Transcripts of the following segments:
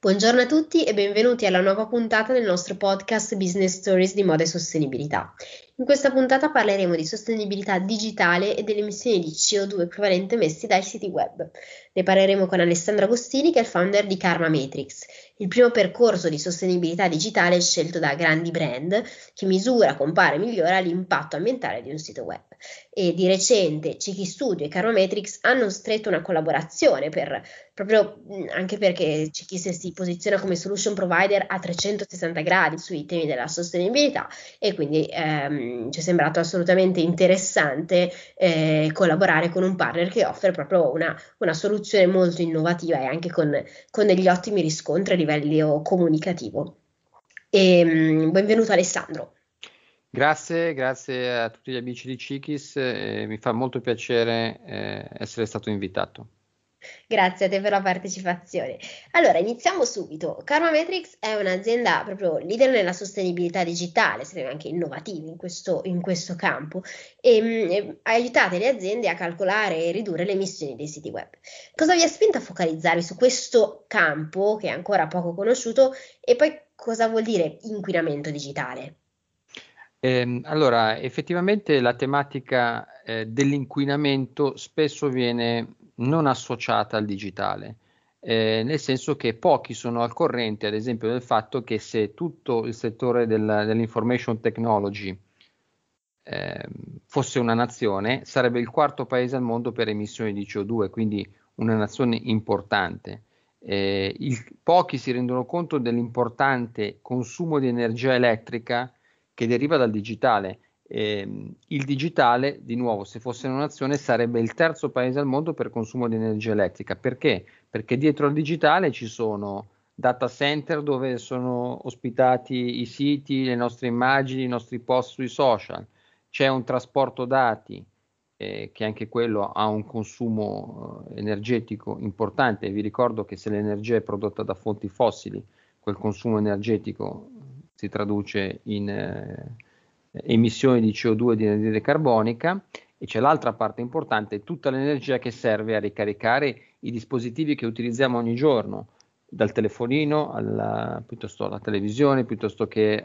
Buongiorno a tutti e benvenuti alla nuova puntata del nostro podcast Business Stories di moda e sostenibilità. In questa puntata parleremo di sostenibilità digitale e delle emissioni di CO2 equivalente emessi dai siti web. Ne parleremo con Alessandro Agostini, che è il founder di Karma Matrix, il primo percorso di sostenibilità digitale scelto da grandi brand che misura, compara e migliora l'impatto ambientale di un sito web. E di recente Ciki Studio e Karma Matrix hanno stretto una collaborazione proprio anche perché c'è chi si posiziona come solution provider a 360 gradi sui temi della sostenibilità e quindi ci è sembrato assolutamente interessante collaborare con un partner che offre proprio una soluzione molto innovativa e anche con degli ottimi riscontri a livello comunicativo. Benvenuto Alessandro. Grazie a tutti gli amici di Cikis, mi fa molto piacere essere stato invitato. Grazie a te per la partecipazione. Allora, iniziamo subito. Karma Matrix è un'azienda proprio leader nella sostenibilità digitale, siete anche innovativi in questo campo e aiutate le aziende a calcolare e ridurre le emissioni dei siti web. Cosa vi ha spinto a focalizzarvi su questo campo che è ancora poco conosciuto e poi cosa vuol dire inquinamento digitale? Allora, effettivamente la tematica dell'inquinamento spesso viene non associata al digitale, nel senso che pochi sono al corrente, ad esempio, del fatto che se tutto il settore dell'information technology fosse una nazione, sarebbe il quarto paese al mondo per emissioni di CO2, quindi una nazione importante. Pochi si rendono conto dell'importante consumo di energia elettrica che deriva dal digitale. Il digitale, di nuovo, se fosse una nazione, sarebbe il terzo paese al mondo per consumo di energia elettrica. Perché? Perché dietro al digitale ci sono data center dove sono ospitati i siti, le nostre immagini, i nostri post sui social. C'è un trasporto dati che anche quello ha un consumo energetico importante. Vi ricordo che se l'energia è prodotta da fonti fossili, quel consumo energetico si traduce in emissioni di CO2 e di anidride carbonica, e c'è l'altra parte importante, tutta l'energia che serve a ricaricare i dispositivi che utilizziamo ogni giorno, dal telefonino piuttosto alla televisione, piuttosto che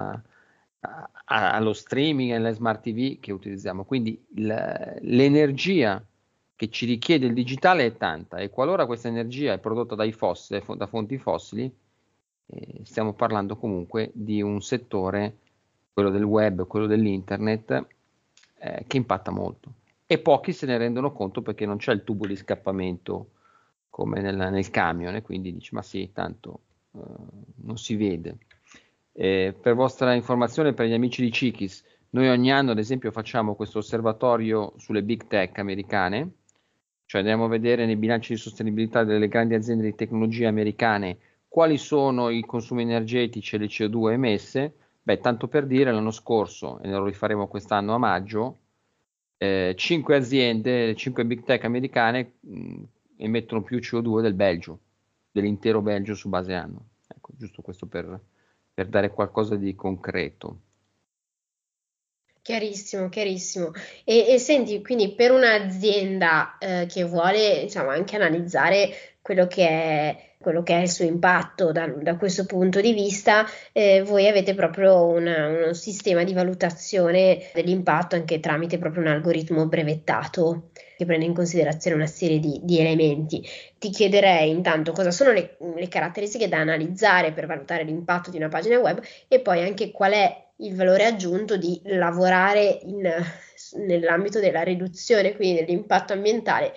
allo streaming e alle smart TV che utilizziamo. Quindi l'energia che ci richiede il digitale è tanta, e qualora questa energia è prodotta da fonti fossili, stiamo parlando comunque di un settore, quello del web, quello dell'internet, che impatta molto. E pochi se ne rendono conto perché non c'è il tubo di scappamento come nel camion, e quindi dici, ma sì, tanto non si vede. Per vostra informazione, per gli amici di Cikis, noi ogni anno, ad esempio, facciamo questo osservatorio sulle big tech americane, cioè andiamo a vedere nei bilanci di sostenibilità delle grandi aziende di tecnologia americane quali sono i consumi energetici e le CO2 emesse. Beh, tanto per dire, l'anno scorso, e lo rifaremo quest'anno a maggio, 5 aziende, 5 big tech americane emettono più CO2 del Belgio, dell'intero Belgio su base anno. Ecco, giusto questo per dare qualcosa di concreto. Chiarissimo, chiarissimo. E senti, quindi per un'azienda che vuole, diciamo, anche analizzare quello che è il suo impatto da questo punto di vista, voi avete proprio uno sistema di valutazione dell'impatto anche tramite proprio un algoritmo brevettato che prende in considerazione una serie di elementi. Ti chiederei intanto cosa sono le caratteristiche da analizzare per valutare l'impatto di una pagina web e poi anche qual è il valore aggiunto di lavorare nell'ambito della riduzione, quindi dell'impatto ambientale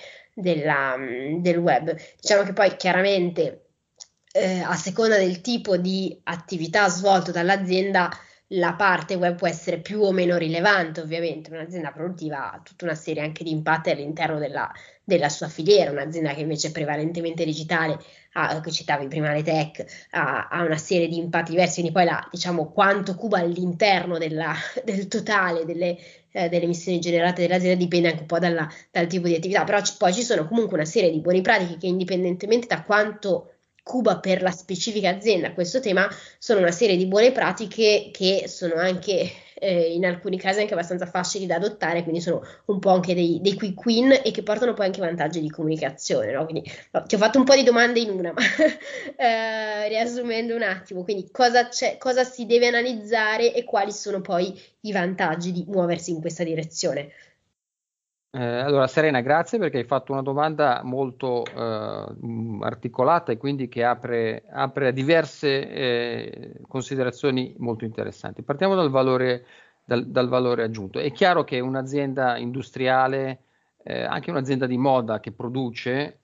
del web. Diciamo che poi chiaramente a seconda del tipo di attività svolto dall'azienda, la parte web può essere più o meno rilevante, ovviamente. Un'azienda produttiva ha tutta una serie anche di impatti all'interno della sua filiera, un'azienda che invece è prevalentemente digitale, che citavi prima le tech, ha una serie di impatti diversi, quindi poi diciamo, quanto cuba all'interno del totale delle emissioni generate dall'azienda dipende anche un po' dal tipo di attività, però poi ci sono comunque una serie di buone pratiche che indipendentemente da quanto Cuba per la specifica azienda questo tema sono una serie di buone pratiche che sono anche in alcuni casi anche abbastanza facili da adottare, quindi sono un po' anche dei quick win e che portano poi anche vantaggi di comunicazione, no? Quindi no, ti ho fatto un po' di domande in una, ma riassumendo un attimo, quindi cosa c'è, cosa si deve analizzare e quali sono poi i vantaggi di muoversi in questa direzione. Allora, Serena, grazie perché hai fatto una domanda molto articolata e quindi che apre a diverse considerazioni molto interessanti. Partiamo dal valore aggiunto. È chiaro che un'azienda industriale, anche un'azienda di moda che produce,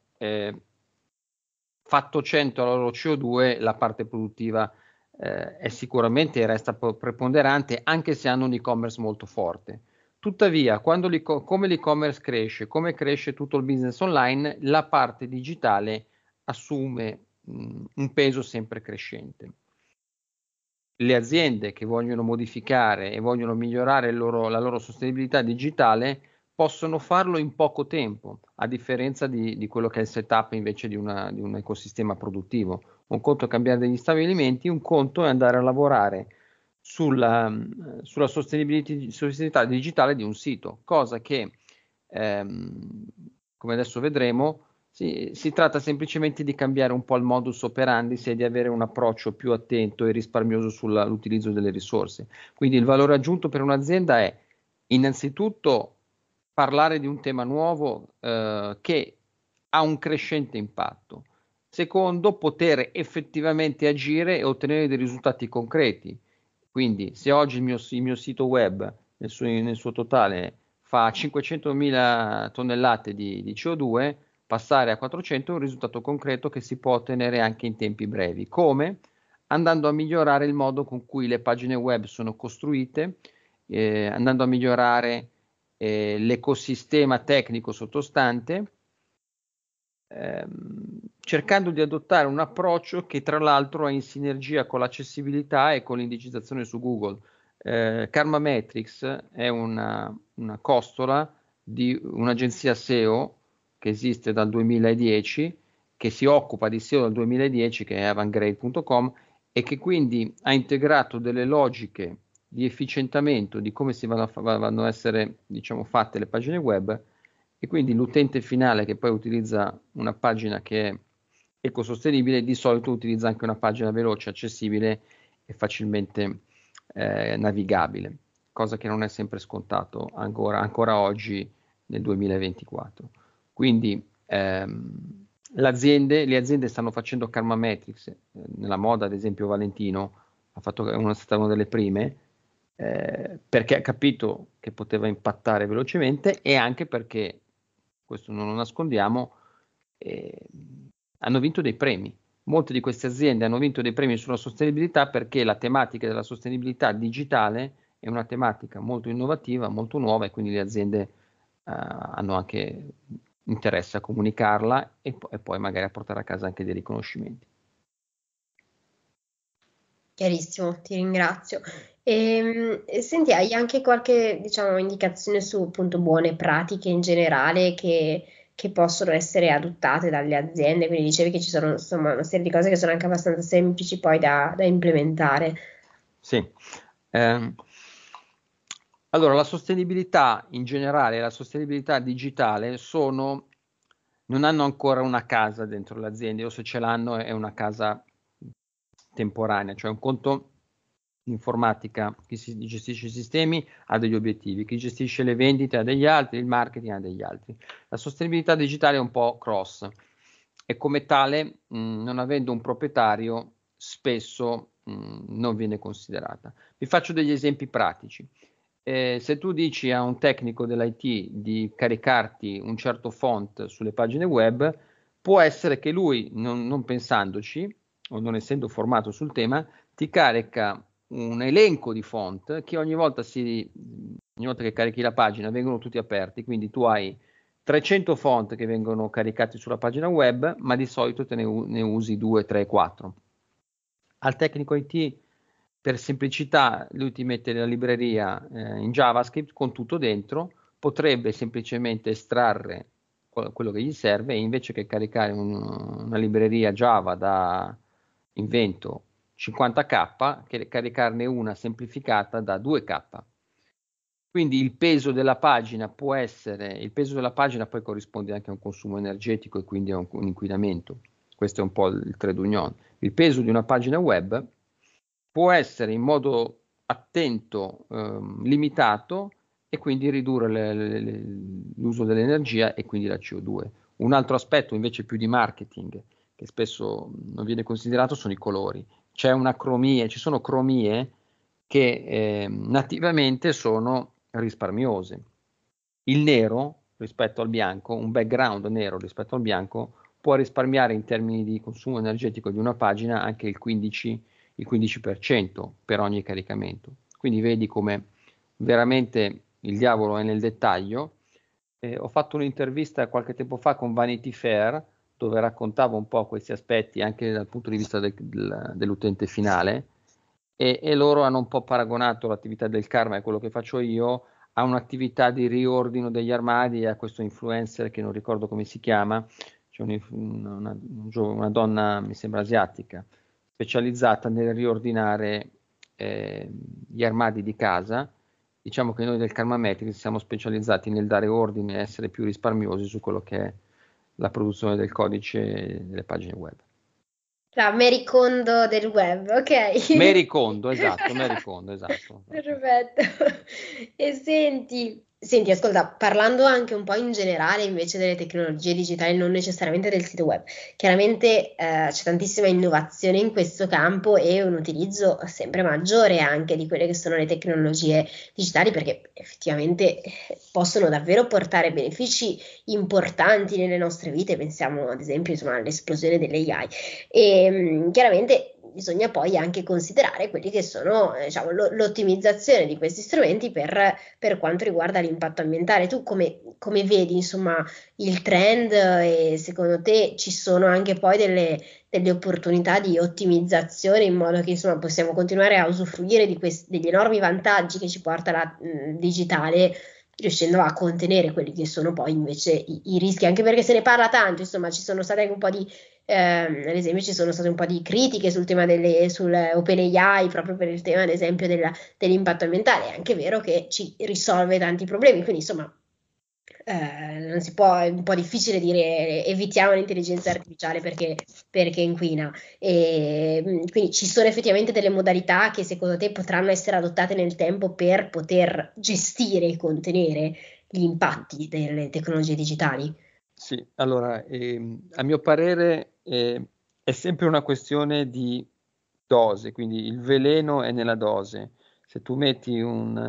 fatto 100 la loro CO2, la parte produttiva è sicuramente resta preponderante, anche se hanno un e-commerce molto forte. Tuttavia, come l'e-commerce cresce, come cresce tutto il business online, la parte digitale assume un peso sempre crescente. Le aziende che vogliono modificare e vogliono migliorare la loro sostenibilità digitale possono farlo in poco tempo, a differenza di quello che è il setup invece di un ecosistema produttivo. Un conto è cambiare degli stabilimenti, un conto è andare a lavorare sulla sostenibilità digitale di un sito, cosa che, come adesso vedremo, si tratta semplicemente di cambiare un po' il modus operandi e di avere un approccio più attento e risparmioso sull'utilizzo delle risorse. Quindi il valore aggiunto per un'azienda è innanzitutto parlare di un tema nuovo che ha un crescente impatto. Secondo, poter effettivamente agire e ottenere dei risultati concreti. Quindi se oggi il mio sito web nel suo totale fa 500.000 tonnellate di CO2, passare a 400 è un risultato concreto che si può ottenere anche in tempi brevi. Come? Andando a migliorare il modo con cui le pagine web sono costruite, andando a migliorare l'ecosistema tecnico sottostante, cercando di adottare un approccio che tra l'altro è in sinergia con l'accessibilità e con l'indicizzazione su Google. Karma Metrics è una costola di un'agenzia SEO che esiste dal 2010, che si occupa di SEO dal 2010, che è avantgrade.com, e che quindi ha integrato delle logiche di efficientamento di come vanno a essere, diciamo, fatte le pagine web, e quindi l'utente finale che poi utilizza una pagina che è ecosostenibile di solito utilizza anche una pagina veloce, accessibile e facilmente navigabile, cosa che non è sempre scontato ancora oggi nel 2024. Quindi le aziende stanno facendo Karma Metrics, nella moda ad esempio Valentino è stata una delle prime, perché ha capito che poteva impattare velocemente e anche perché, questo non lo nascondiamo, hanno vinto dei premi. Molte di queste aziende hanno vinto dei premi sulla sostenibilità perché la tematica della sostenibilità digitale è una tematica molto innovativa, molto nuova, e quindi le aziende hanno anche interesse a comunicarla e poi magari a portare a casa anche dei riconoscimenti. Chiarissimo, ti ringrazio. Senti, hai anche qualche, diciamo, indicazione su appunto buone pratiche in generale che possono essere adottate dalle aziende? Quindi dicevi che ci sono insomma una serie di cose che sono anche abbastanza semplici poi da implementare. Sì. Allora, la sostenibilità in generale e la sostenibilità digitale non hanno ancora una casa dentro le aziende, o se ce l'hanno è una casa temporanea, cioè un conto informatica, chi si gestisce i sistemi ha degli obiettivi, chi gestisce le vendite ha degli altri, il marketing ha degli altri. La sostenibilità digitale è un po' cross e come tale, non avendo un proprietario, spesso non viene considerata. Vi faccio degli esempi pratici. Se tu dici a un tecnico dell'IT di caricarti un certo font sulle pagine web, può essere che lui, non pensandoci o non essendo formato sul tema, ti carica un elenco di font che ogni volta che carichi la pagina vengono tutti aperti, quindi tu hai 300 font che vengono caricati sulla pagina web, ma di solito ne usi 2, 3, 4. Al tecnico IT, per semplicità, lui ti mette la libreria in JavaScript con tutto dentro, potrebbe semplicemente estrarre quello che gli serve, e invece che caricare una libreria Java da invento 50k, che caricarne una semplificata da 2k. Quindi il peso della pagina poi corrisponde anche a un consumo energetico e quindi a un inquinamento. Questo è un po' il trade union. Il peso di una pagina web può essere in modo attento, limitato, e quindi ridurre l'uso dell'energia e quindi la CO2. Un altro aspetto invece più di marketing, che spesso non viene considerato, sono i colori. Ci sono cromie che nativamente sono risparmiose. Il nero rispetto al bianco, un background nero rispetto al bianco, può risparmiare in termini di consumo energetico di una pagina anche il 15% per ogni caricamento. Quindi vedi come veramente il diavolo è nel dettaglio. Ho fatto un'intervista qualche tempo fa con Vanity Fair, dove raccontavo un po' questi aspetti anche dal punto di vista dell'utente finale, e loro hanno un po' paragonato l'attività del Karma e quello che faccio io a un'attività di riordino degli armadi, a questo influencer che non ricordo come si chiama, c'è una donna, mi sembra asiatica, specializzata nel riordinare gli armadi di casa. Diciamo che noi del Karma Metrics siamo specializzati nel dare ordine e essere più risparmiosi su quello che è la produzione del codice delle pagine web. La Mary Kondo del web, ok? Mary Kondo, esatto, Mary Kondo, esatto. Perfetto. E senti, ascolta, parlando anche un po' in generale invece delle tecnologie digitali, non necessariamente del sito web, chiaramente c'è tantissima innovazione in questo campo e un utilizzo sempre maggiore anche di quelle che sono le tecnologie digitali, perché effettivamente possono davvero portare benefici importanti nelle nostre vite. Pensiamo ad esempio, insomma, all'esplosione dell'AI. E chiaramente bisogna poi anche considerare quelli che sono, diciamo, l'ottimizzazione di questi strumenti per quanto riguarda l'impatto ambientale. Tu come vedi, insomma, il trend, e secondo te ci sono anche poi delle opportunità di ottimizzazione in modo che, insomma, possiamo continuare a usufruire degli enormi vantaggi che ci porta la digitale, riuscendo a contenere quelli che sono poi invece i rischi, anche perché se ne parla tanto, insomma, ci sono state anche un po' di ad esempio ci sono state un po' di critiche sul tema sul OpenAI, proprio per il tema ad esempio dell'impatto ambientale. È anche vero che ci risolve tanti problemi, quindi insomma non si può, è un po' difficile dire evitiamo l'intelligenza artificiale perché inquina. Quindi ci sono effettivamente delle modalità che secondo te potranno essere adottate nel tempo per poter gestire e contenere gli impatti delle tecnologie digitali? Sì, allora, a mio parere è sempre una questione di dose, quindi il veleno è nella dose. Se tu metti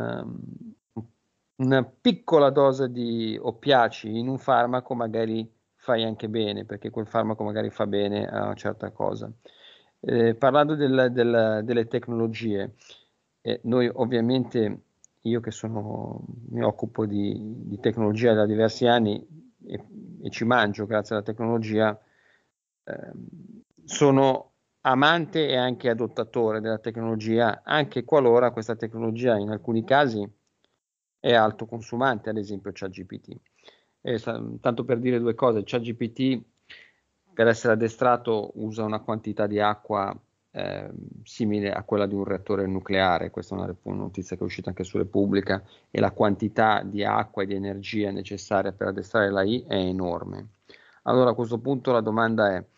una piccola dose di oppiaci in un farmaco, magari fai anche bene, perché quel farmaco magari fa bene a una certa cosa. Parlando delle tecnologie, noi ovviamente, io che mi occupo di tecnologia da diversi anni, e ci mangio grazie alla tecnologia, sono amante e anche adottatore della tecnologia, anche qualora questa tecnologia in alcuni casi è alto consumante, ad esempio ChatGPT. Tanto per dire due cose, ChatGPT per essere addestrato usa una quantità di acqua simile a quella di un reattore nucleare. Questa è una notizia che è uscita anche su Repubblica, e la quantità di acqua e di energia necessaria per addestrare l'AI è enorme. Allora a questo punto la domanda è,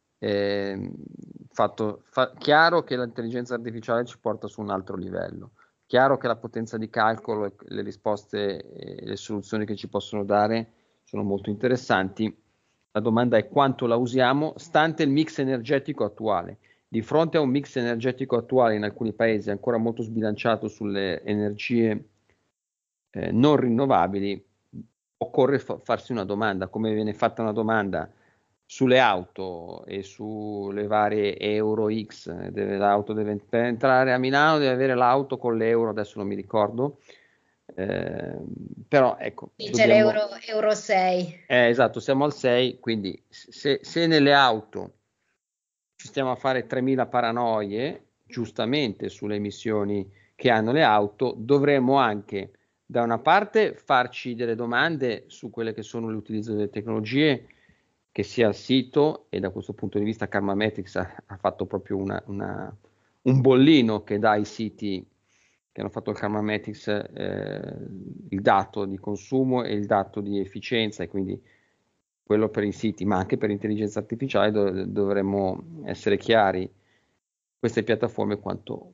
chiaro che l'intelligenza artificiale ci porta su un altro livello, chiaro che la potenza di calcolo e le risposte e le soluzioni che ci possono dare sono molto interessanti. La domanda è quanto la usiamo, stante il mix energetico attuale. Di fronte a un mix energetico attuale in alcuni paesi ancora molto sbilanciato sulle energie non rinnovabili, occorre farsi una domanda, come viene fatta una domanda sulle auto e sulle varie Euro X. L'auto per entrare a Milano deve avere l'auto con l'euro, adesso non mi ricordo, però ecco, C'è l'Euro 6. esatto, siamo al 6, quindi se nelle auto ci stiamo a fare 3000 paranoie, giustamente, sulle emissioni che hanno le auto, dovremmo anche da una parte farci delle domande su quelle che sono l'utilizzo delle tecnologie, che sia il sito, e da questo punto di vista Karmametrics ha fatto proprio un bollino che dà ai siti che hanno fatto il Karmametrics il dato di consumo e il dato di efficienza, e quindi quello per i siti, ma anche per l'intelligenza artificiale dovremmo essere chiari. Queste piattaforme quanta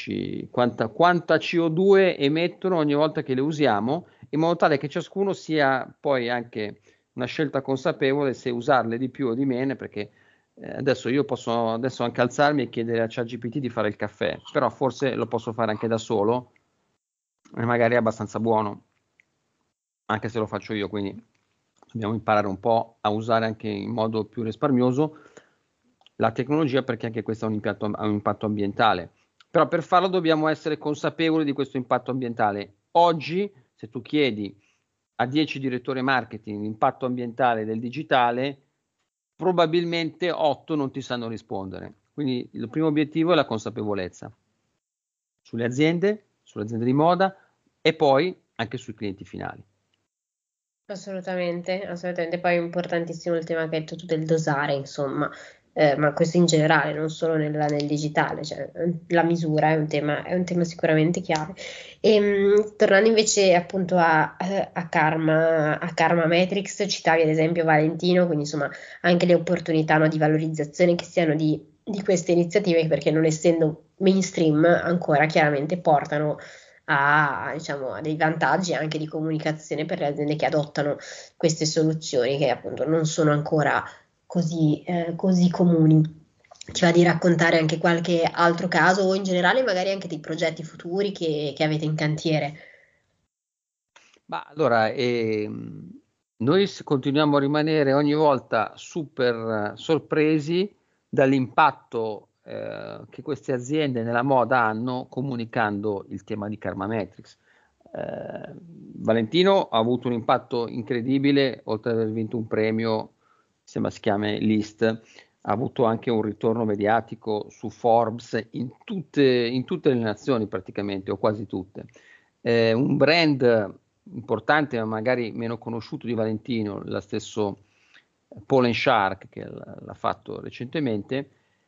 CO2 emettono ogni volta che le usiamo, in modo tale che ciascuno sia poi anche una scelta consapevole se usarle di più o di meno, perché adesso io posso anche alzarmi e chiedere a ChatGPT di fare il caffè, però forse lo posso fare anche da solo e magari è abbastanza buono, anche se lo faccio io, quindi dobbiamo imparare un po' a usare anche in modo più risparmioso la tecnologia, perché anche questo ha un impatto ambientale. Però per farlo dobbiamo essere consapevoli di questo impatto ambientale. Oggi, se tu chiedi a 10 direttori marketing l'impatto ambientale del digitale, probabilmente 8 non ti sanno rispondere. Quindi il primo obiettivo è la consapevolezza sulle aziende di moda e poi anche sui clienti finali. Assolutamente, assolutamente. Poi è importantissimo il tema che hai detto tu del dosare, insomma, ma questo in generale, non solo nel digitale, cioè, la misura è un tema sicuramente chiave. Tornando invece appunto a Karma Metrics, citavi ad esempio Valentino, quindi insomma anche le opportunità, no, di valorizzazione che siano di queste iniziative, perché non essendo mainstream ancora chiaramente portano diciamo, a dei vantaggi anche di comunicazione per le aziende che adottano queste soluzioni che appunto non sono ancora così comuni. Ci va di raccontare anche qualche altro caso o in generale magari anche dei progetti futuri che avete in cantiere? Ma allora, noi continuiamo a rimanere ogni volta super sorpresi dall'impatto che queste aziende nella moda hanno comunicando il tema di Karmametrics. Valentino ha avuto un impatto incredibile, oltre ad aver vinto un premio, sembra si chiami List, ha avuto anche un ritorno mediatico su Forbes in tutte le nazioni praticamente, o quasi tutte. Un brand importante ma magari meno conosciuto di Valentino, lo stesso Paul Shark che l'ha fatto recentemente,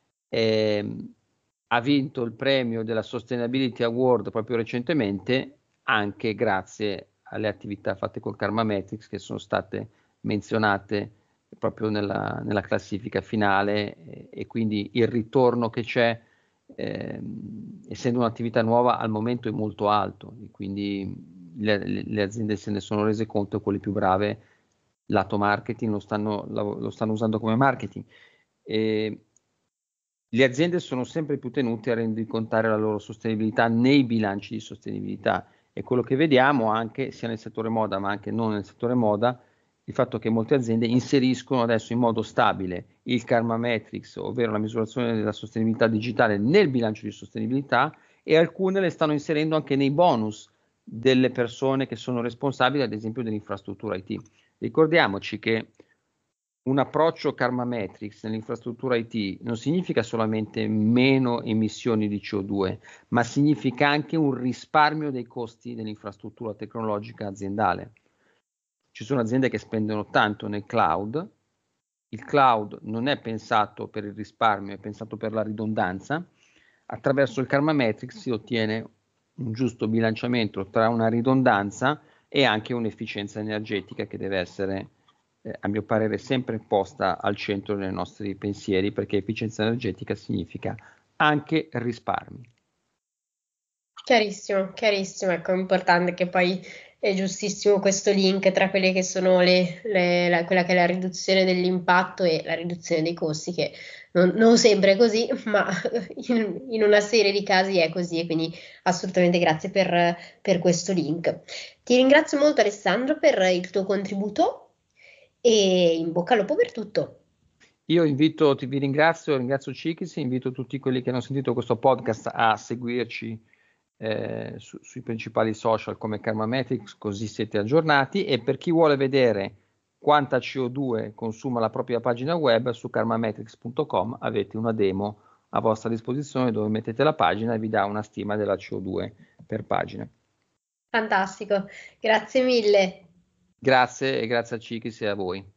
ha vinto il premio della Sustainability Award proprio recentemente, anche grazie alle attività fatte col Karmametrics che sono state menzionate proprio nella classifica finale, e quindi il ritorno che c'è, essendo un'attività nuova, al momento è molto alto, e quindi le aziende se ne sono rese conto, quelle più brave lato marketing lo stanno usando come marketing. E le aziende sono sempre più tenute a rendicontare la loro sostenibilità nei bilanci di sostenibilità, e quello che vediamo anche sia nel settore moda ma anche non nel settore moda, il fatto che molte aziende inseriscono adesso in modo stabile il Karmametrics, ovvero la misurazione della sostenibilità digitale, nel bilancio di sostenibilità, e alcune le stanno inserendo anche nei bonus delle persone che sono responsabili, ad esempio, dell'infrastruttura IT. Ricordiamoci che un approccio Karmametrics nell'infrastruttura IT non significa solamente meno emissioni di CO2, ma significa anche un risparmio dei costi dell'infrastruttura tecnologica aziendale. Ci sono aziende che spendono tanto nel cloud, il cloud non è pensato per il risparmio, è pensato per la ridondanza. Attraverso il Karmametrics si ottiene un giusto bilanciamento tra una ridondanza e anche un'efficienza energetica che deve essere, a mio parere, sempre posta al centro dei nostri pensieri, perché efficienza energetica significa anche risparmi. Chiarissimo, chiarissimo, ecco, è importante che poi è giustissimo questo link tra quelle che sono quella che è la riduzione dell'impatto e la riduzione dei costi, che non sempre è così, ma in una serie di casi è così, e quindi assolutamente grazie per questo link. Ti ringrazio molto Alessandro per il tuo contributo e in bocca al lupo per tutto. Io vi ringrazio Cichis, invito tutti quelli che hanno sentito questo podcast a seguirci sui principali social come Karmametrics, così siete aggiornati, e per chi vuole vedere quanta CO2 consuma la propria pagina web, su karmametrics.com avete una demo a vostra disposizione dove mettete la pagina e vi dà una stima della CO2 per pagina. Fantastico, grazie mille. Grazie e grazie a Cichis e a voi.